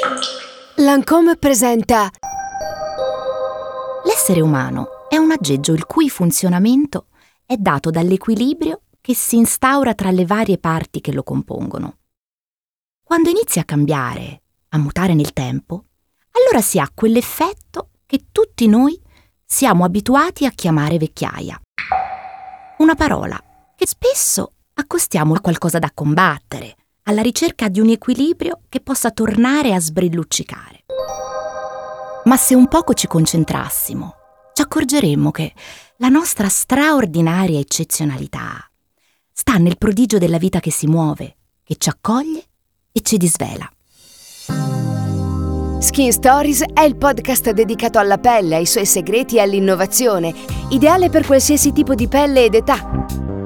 Lancôme presenta L'essere umano è un aggeggio il cui funzionamento è dato dall'equilibrio che si instaura tra le varie parti che lo compongono. Quando inizia a cambiare, a mutare nel tempo, allora si ha quell'effetto che tutti noi siamo abituati a chiamare vecchiaia. Una parola che spesso accostiamo a qualcosa da combattere, alla ricerca di un equilibrio che possa tornare a sbrilluccicare. Ma se un poco ci concentrassimo, ci accorgeremmo che la nostra straordinaria eccezionalità sta nel prodigio della vita che si muove, che ci accoglie e ci disvela. Skin Stories è il podcast dedicato alla pelle, ai suoi segreti e all'innovazione, ideale per qualsiasi tipo di pelle ed età.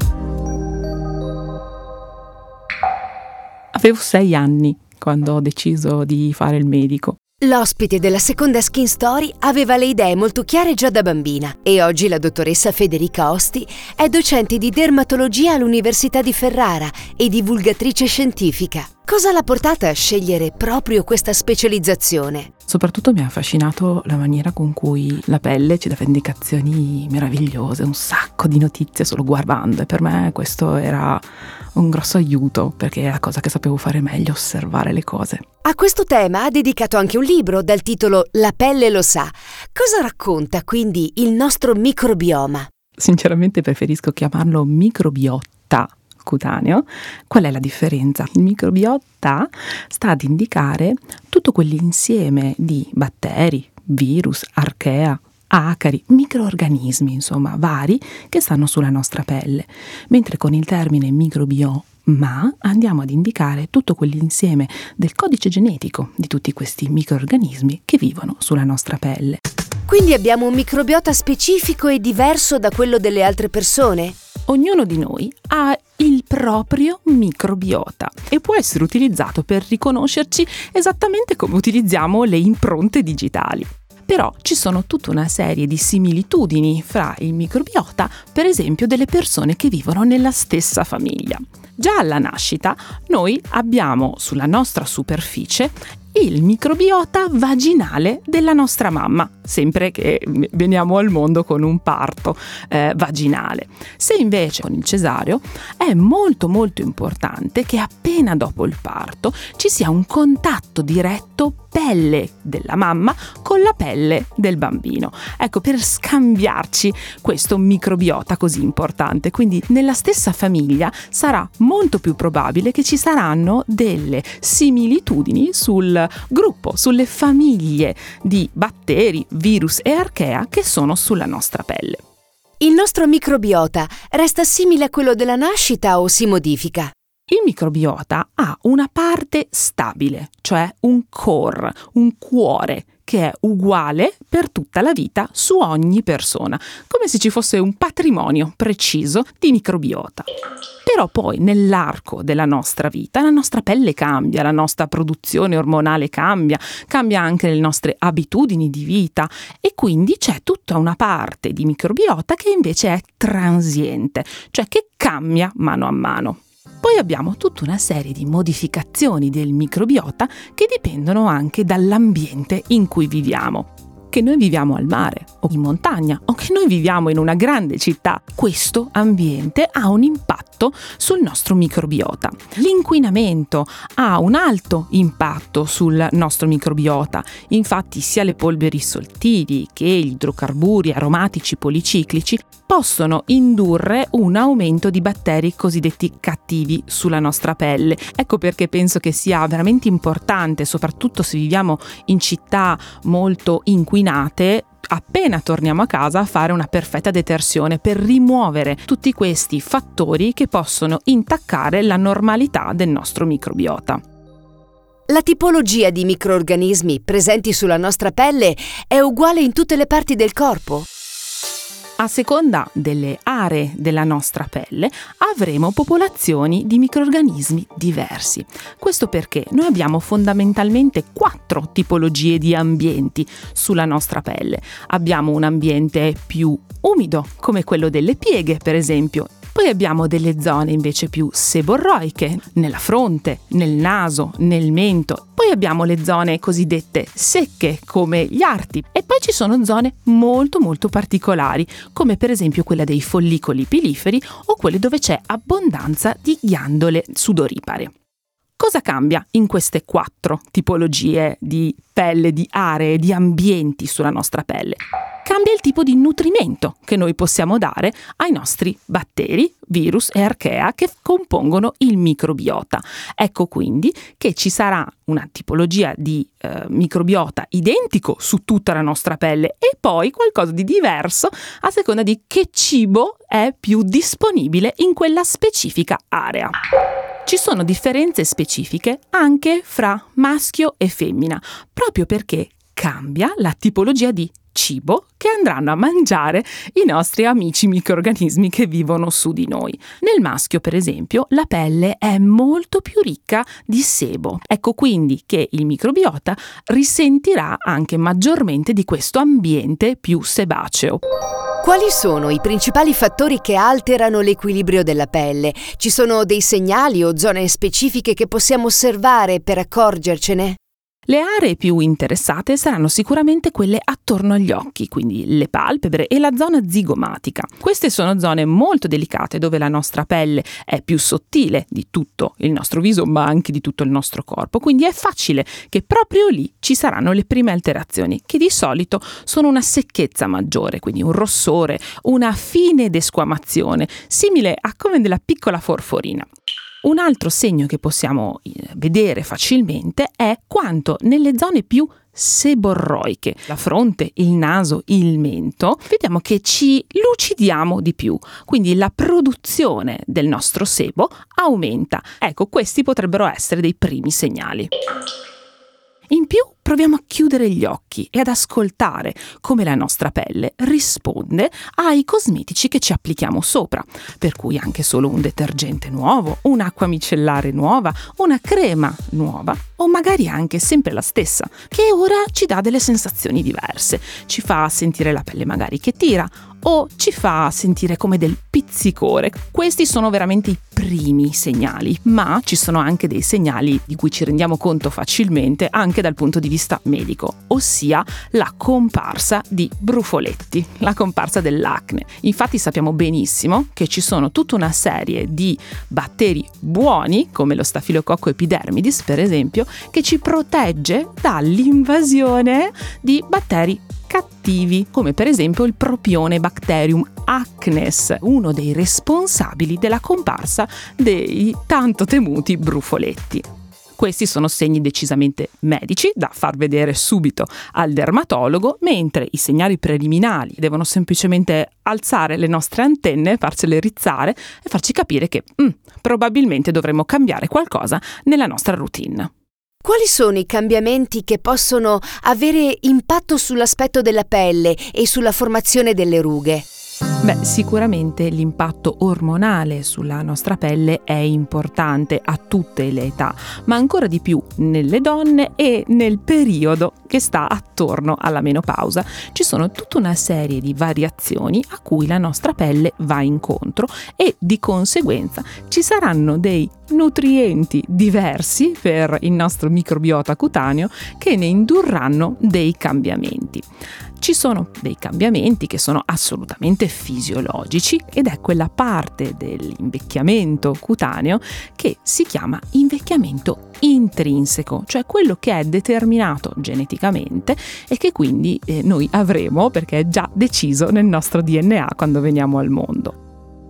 Avevo 6 anni quando ho deciso di fare il medico. L'ospite della seconda Skin Story aveva le idee molto chiare già da bambina e oggi la dottoressa Federica Osti è docente di dermatologia all'Università di Ferrara e divulgatrice scientifica. Cosa l'ha portata a scegliere proprio questa specializzazione? Soprattutto mi ha affascinato la maniera con cui la pelle ci dà indicazioni meravigliose, un sacco di notizie solo guardando, e per me questo era un grosso aiuto, perché è la cosa che sapevo fare meglio, osservare le cose. A questo tema ha dedicato anche un libro dal titolo La pelle lo sa. Cosa racconta quindi il nostro microbioma? Sinceramente preferisco chiamarlo microbiota cutaneo. Qual è la differenza? Il microbiota sta ad indicare tutto quell'insieme di batteri, virus, archea, acari, microorganismi, insomma, vari che stanno sulla nostra pelle, mentre con il termine microbioma andiamo ad indicare tutto quell'insieme del codice genetico di tutti questi microorganismi che vivono sulla nostra pelle. Quindi abbiamo un microbiota specifico e diverso da quello delle altre persone? Ognuno di noi ha il proprio microbiota e può essere utilizzato per riconoscerci esattamente come utilizziamo le impronte digitali. Però ci sono tutta una serie di similitudini fra il microbiota, per esempio, delle persone che vivono nella stessa famiglia. Già alla nascita noi abbiamo sulla nostra superficie il microbiota vaginale della nostra mamma, sempre che veniamo al mondo con un parto vaginale. Se invece con il cesareo è molto molto importante che appena dopo il parto ci sia un contatto diretto pelle della mamma con la pelle del bambino. Ecco, per scambiarci questo microbiota così importante. Quindi nella stessa famiglia sarà molto più probabile che ci saranno delle similitudini sul gruppo, sulle famiglie di batteri, virus e archea che sono sulla nostra pelle. Il nostro microbiota resta simile a quello della nascita o si modifica? Il microbiota ha una parte stabile, cioè un core, un cuore, che è uguale per tutta la vita su ogni persona, come se ci fosse un patrimonio preciso di microbiota. Però poi nell'arco della nostra vita la nostra pelle cambia, la nostra produzione ormonale cambia anche le nostre abitudini di vita e quindi c'è tutta una parte di microbiota che invece è transiente, cioè che cambia mano a mano. Poi abbiamo tutta una serie di modificazioni del microbiota che dipendono anche dall'ambiente in cui viviamo. Che noi viviamo al mare o in montagna o che noi viviamo in una grande città, questo ambiente ha un impatto sul nostro microbiota. L'inquinamento ha un alto impatto sul nostro microbiota, infatti sia le polveri sottili che gli idrocarburi aromatici policiclici possono indurre un aumento di batteri cosiddetti cattivi sulla nostra pelle. Ecco perché penso che sia veramente importante, soprattutto se viviamo in città molto inquinate, appena torniamo a casa a fare una perfetta detersione per rimuovere tutti questi fattori che possono intaccare la normalità del nostro microbiota. La tipologia di microorganismi presenti sulla nostra pelle è uguale in tutte le parti del corpo? A seconda delle aree della nostra pelle avremo popolazioni di microrganismi diversi. Questo perché noi abbiamo fondamentalmente 4 tipologie di ambienti sulla nostra pelle. Abbiamo un ambiente più umido, come quello delle pieghe per esempio. Poi Poi abbiamo delle zone invece più seborroiche, nella fronte, nel naso, nel mento. Poi abbiamo le zone cosiddette secche, come gli arti. E poi ci sono zone molto molto particolari, come per esempio quella dei follicoli piliferi o quelle dove c'è abbondanza di ghiandole sudoripare. Cosa cambia in queste 4 tipologie di pelle, di aree, di ambienti sulla nostra pelle? Cambia il tipo di nutrimento che noi possiamo dare ai nostri batteri, virus e archea che compongono il microbiota. Ecco quindi che ci sarà una tipologia di microbiota identico su tutta la nostra pelle e poi qualcosa di diverso a seconda di che cibo è più disponibile in quella specifica area. Ci sono differenze specifiche anche fra maschio e femmina, proprio perché cambia la tipologia di cibo che andranno a mangiare i nostri amici microrganismi che vivono su di noi. Nel maschio, per esempio, la pelle è molto più ricca di sebo. Ecco quindi che il microbiota risentirà anche maggiormente di questo ambiente più sebaceo. Quali sono i principali fattori che alterano l'equilibrio della pelle? Ci sono dei segnali o zone specifiche che possiamo osservare per accorgercene? Le aree più interessate saranno sicuramente quelle attorno agli occhi, quindi le palpebre e la zona zigomatica. Queste sono zone molto delicate dove la nostra pelle è più sottile di tutto il nostro viso, ma anche di tutto il nostro corpo, quindi è facile che proprio lì ci saranno le prime alterazioni, che di solito sono una secchezza maggiore, quindi un rossore, una fine desquamazione, simile a come della piccola forforina. Un altro segno che possiamo vedere facilmente è quanto nelle zone più seborroiche, la fronte, il naso, il mento, vediamo che ci lucidiamo di più, quindi la produzione del nostro sebo aumenta. Ecco, questi potrebbero essere dei primi segnali. In più proviamo a chiudere gli occhi e ad ascoltare come la nostra pelle risponde ai cosmetici che ci applichiamo sopra, per cui anche solo un detergente nuovo, un'acqua micellare nuova, una crema nuova o magari anche sempre la stessa, che ora ci dà delle sensazioni diverse, ci fa sentire la pelle magari che tira o ci fa sentire come del pizzicore. Questi sono veramente i primi segnali, ma ci sono anche dei segnali di cui ci rendiamo conto facilmente anche dal punto di vista medico, ossia la comparsa di brufoletti, la comparsa dell'acne. Infatti sappiamo benissimo che ci sono tutta una serie di batteri buoni, come lo Staphylococcus epidermidis per esempio, che ci protegge dall'invasione di batteri cattivi, come per esempio il Propione Bacterium acnes, uno dei responsabili della comparsa dei tanto temuti brufoletti. Questi sono segni decisamente medici da far vedere subito al dermatologo, mentre i segnali preliminari devono semplicemente alzare le nostre antenne, farcele rizzare e farci capire che probabilmente dovremmo cambiare qualcosa nella nostra routine. Quali sono i cambiamenti che possono avere impatto sull'aspetto della pelle e sulla formazione delle rughe? Beh, sicuramente l'impatto ormonale sulla nostra pelle è importante a tutte le età, ma ancora di più nelle donne e nel periodo che sta attorno alla menopausa. Ci sono tutta una serie di variazioni a cui la nostra pelle va incontro e di conseguenza ci saranno dei nutrienti diversi per il nostro microbiota cutaneo che ne indurranno dei cambiamenti. Ci sono dei cambiamenti che sono assolutamente fisiologici ed è quella parte dell'invecchiamento cutaneo che si chiama invecchiamento intrinseco, cioè quello che è determinato geneticamente e che quindi noi avremo perché è già deciso nel nostro DNA quando veniamo al mondo.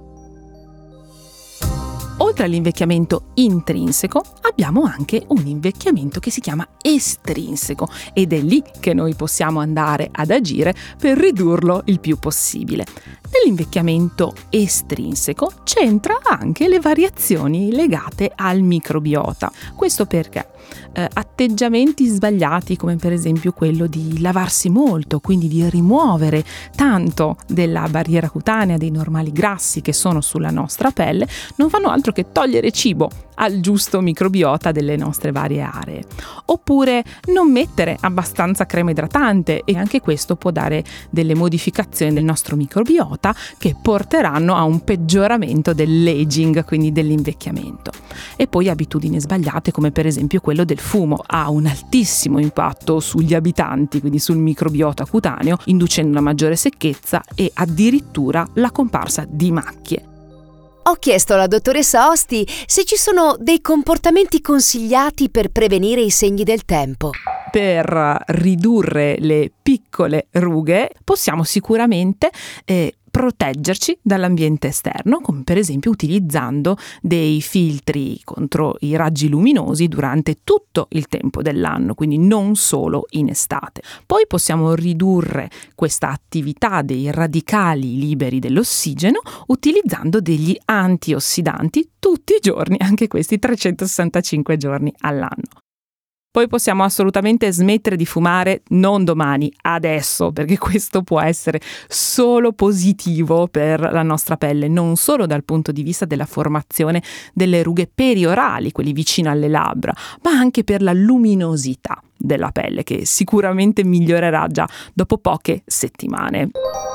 Oltre all'invecchiamento intrinseco, abbiamo anche un invecchiamento che si chiama estrinseco ed è lì che noi possiamo andare ad agire per ridurlo il più possibile. Nell'invecchiamento estrinseco c'entra anche le variazioni legate al microbiota. Questo perché atteggiamenti sbagliati come per esempio quello di lavarsi molto, quindi di rimuovere tanto della barriera cutanea, dei normali grassi che sono sulla nostra pelle, non fanno altro che togliere cibo al giusto microbiota delle nostre varie aree. Oppure non mettere abbastanza crema idratante e anche questo può dare delle modificazioni del nostro microbiota sbagliata che porteranno a un peggioramento dell'aging, quindi dell'invecchiamento. E poi abitudini sbagliate come per esempio quello del fumo ha un altissimo impatto sugli abitanti, quindi sul microbiota cutaneo, inducendo una maggiore secchezza e addirittura la comparsa di macchie. Ho chiesto alla dottoressa Osti se ci sono dei comportamenti consigliati per prevenire i segni del tempo. Per ridurre le piccole rughe possiamo sicuramente proteggerci dall'ambiente esterno, come per esempio utilizzando dei filtri contro i raggi luminosi durante tutto il tempo dell'anno, quindi non solo in estate. Poi possiamo ridurre questa attività dei radicali liberi dell'ossigeno utilizzando degli antiossidanti tutti i giorni, anche questi 365 giorni all'anno. Poi possiamo assolutamente smettere di fumare non domani, adesso, perché questo può essere solo positivo per la nostra pelle, non solo dal punto di vista della formazione delle rughe periorali, quelli vicino alle labbra, ma anche per la luminosità della pelle, che sicuramente migliorerà già dopo poche settimane.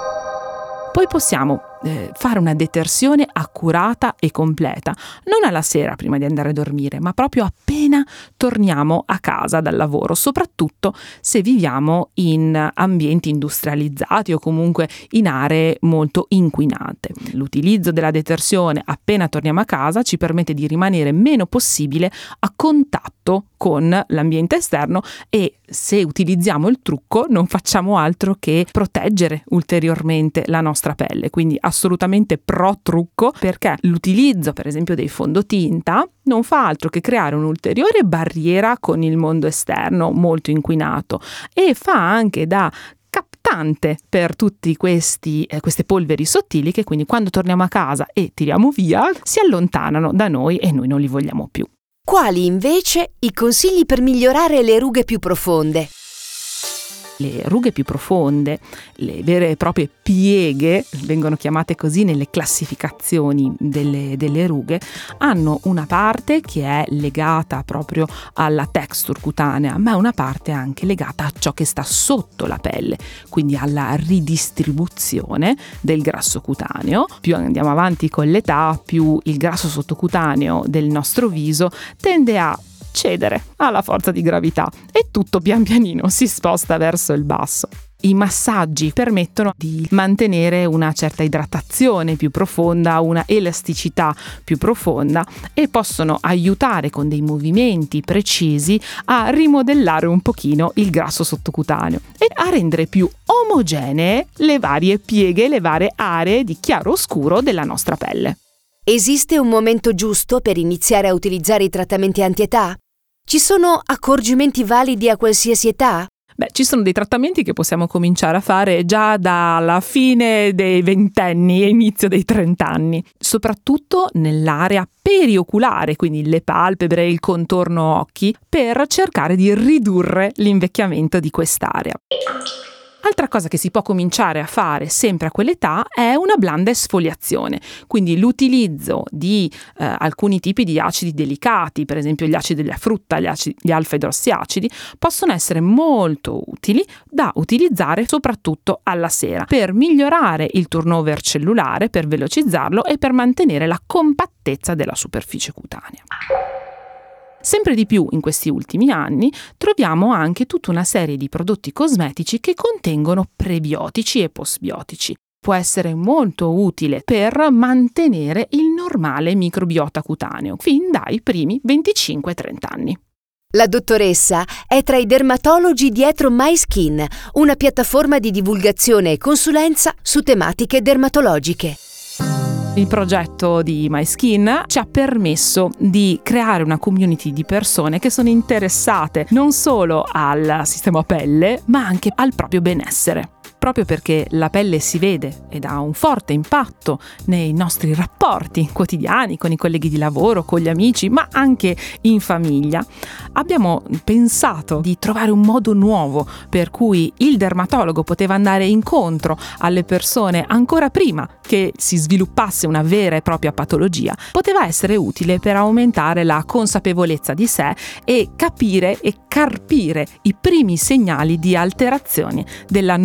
Poi possiamo fare una detersione accurata e completa, non alla sera prima di andare a dormire, ma proprio appena torniamo a casa dal lavoro, soprattutto se viviamo in ambienti industrializzati o comunque in aree molto inquinate. L'utilizzo della detersione appena torniamo a casa ci permette di rimanere meno possibile a contatto con l'ambiente esterno e se utilizziamo il trucco non facciamo altro che proteggere ulteriormente la nostra pelle, quindi assolutamente pro trucco, perché l'utilizzo per esempio dei fondotinta non fa altro che creare un'ulteriore barriera con il mondo esterno molto inquinato e fa anche da captante per tutti queste polveri sottili che quindi quando torniamo a casa e tiriamo via si allontanano da noi e noi non li vogliamo più. Quali invece i consigli per migliorare le rughe più profonde? Le rughe più profonde, le vere e proprie pieghe, vengono chiamate così nelle classificazioni delle rughe, hanno una parte che è legata proprio alla texture cutanea, ma è una parte anche legata a ciò che sta sotto la pelle, quindi alla ridistribuzione del grasso cutaneo. Più andiamo avanti con l'età, più il grasso sottocutaneo del nostro viso tende a cedere alla forza di gravità e tutto pian pianino si sposta verso il basso. I massaggi permettono di mantenere una certa idratazione più profonda, una elasticità più profonda e possono aiutare con dei movimenti precisi a rimodellare un pochino il grasso sottocutaneo e a rendere più omogenee le varie pieghe, le varie aree di chiaro-scuro della nostra pelle. Esiste un momento giusto per iniziare a utilizzare i trattamenti antietà? Ci sono accorgimenti validi a qualsiasi età? Ci sono dei trattamenti che possiamo cominciare a fare già dalla fine dei 20 anni e inizio dei 30 anni, soprattutto nell'area perioculare, quindi le palpebre, il contorno occhi, per cercare di ridurre l'invecchiamento di quest'area. Altra cosa che si può cominciare a fare sempre a quell'età è una blanda esfoliazione, quindi l'utilizzo di alcuni tipi di acidi delicati, per esempio gli acidi della frutta, gli alfa-idrossiacidi, possono essere molto utili da utilizzare soprattutto alla sera per migliorare il turnover cellulare, per velocizzarlo e per mantenere la compattezza della superficie cutanea. Sempre di più in questi ultimi anni troviamo anche tutta una serie di prodotti cosmetici che contengono prebiotici e postbiotici. Può essere molto utile per mantenere il normale microbiota cutaneo fin dai primi 25-30 anni. La dottoressa è tra i dermatologi dietro MySkin, una piattaforma di divulgazione e consulenza su tematiche dermatologiche. Il progetto di MySkin ci ha permesso di creare una community di persone che sono interessate non solo al sistema pelle, ma anche al proprio benessere. Proprio perché la pelle si vede ed ha un forte impatto nei nostri rapporti quotidiani con i colleghi di lavoro, con gli amici, ma anche in famiglia, abbiamo pensato di trovare un modo nuovo per cui il dermatologo poteva andare incontro alle persone ancora prima che si sviluppasse una vera e propria patologia, poteva essere utile per aumentare la consapevolezza di sé e capire e carpire i primi segnali di alterazione della normalità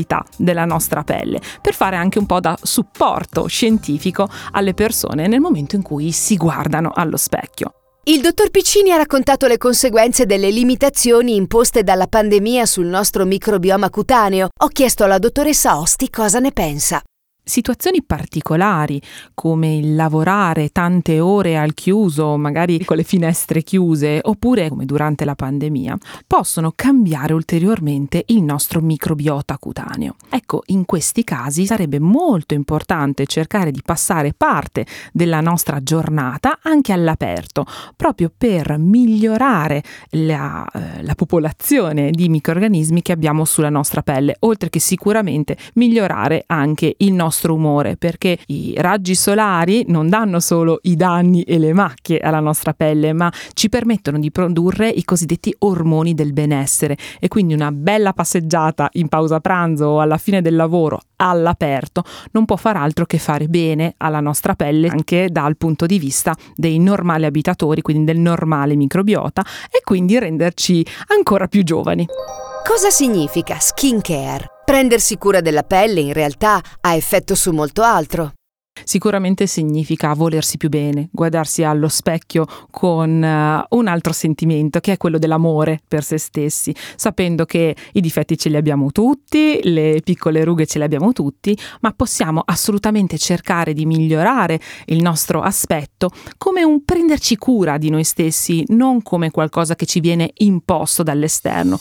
qualità della nostra pelle, per fare anche un po' da supporto scientifico alle persone nel momento in cui si guardano allo specchio. Il dottor Piccini ha raccontato le conseguenze delle limitazioni imposte dalla pandemia sul nostro microbioma cutaneo. Ho chiesto alla dottoressa Osti cosa ne pensa. Situazioni particolari come il lavorare tante ore al chiuso, magari con le finestre chiuse, oppure come durante la pandemia, possono cambiare ulteriormente il nostro microbiota cutaneo. Ecco, in questi casi sarebbe molto importante cercare di passare parte della nostra giornata anche all'aperto, proprio per migliorare la popolazione di microrganismi che abbiamo sulla nostra pelle, oltre che sicuramente migliorare anche il nostro umore, perché i raggi solari non danno solo i danni e le macchie alla nostra pelle, ma ci permettono di produrre i cosiddetti ormoni del benessere, e quindi una bella passeggiata in pausa pranzo o alla fine del lavoro all'aperto non può far altro che fare bene alla nostra pelle, anche dal punto di vista dei normali abitatori, quindi del normale microbiota, e quindi renderci ancora più giovani. Cosa significa skincare? Prendersi cura della pelle in realtà ha effetto su molto altro. Sicuramente significa volersi più bene, guardarsi allo specchio con un altro sentimento, che è quello dell'amore per se stessi, sapendo che i difetti ce li abbiamo tutti, le piccole rughe ce le abbiamo tutti, ma possiamo assolutamente cercare di migliorare il nostro aspetto come un prenderci cura di noi stessi, non come qualcosa che ci viene imposto dall'esterno.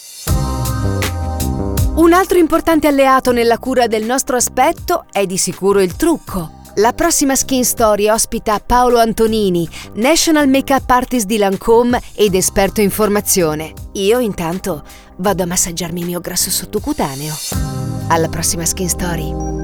Un altro importante alleato nella cura del nostro aspetto è di sicuro il trucco. La prossima Skin Story ospita Paolo Antonini, National Makeup Artist di Lancôme ed esperto in formazione. Io intanto vado a massaggiarmi il mio grasso sottocutaneo. Alla prossima Skin Story!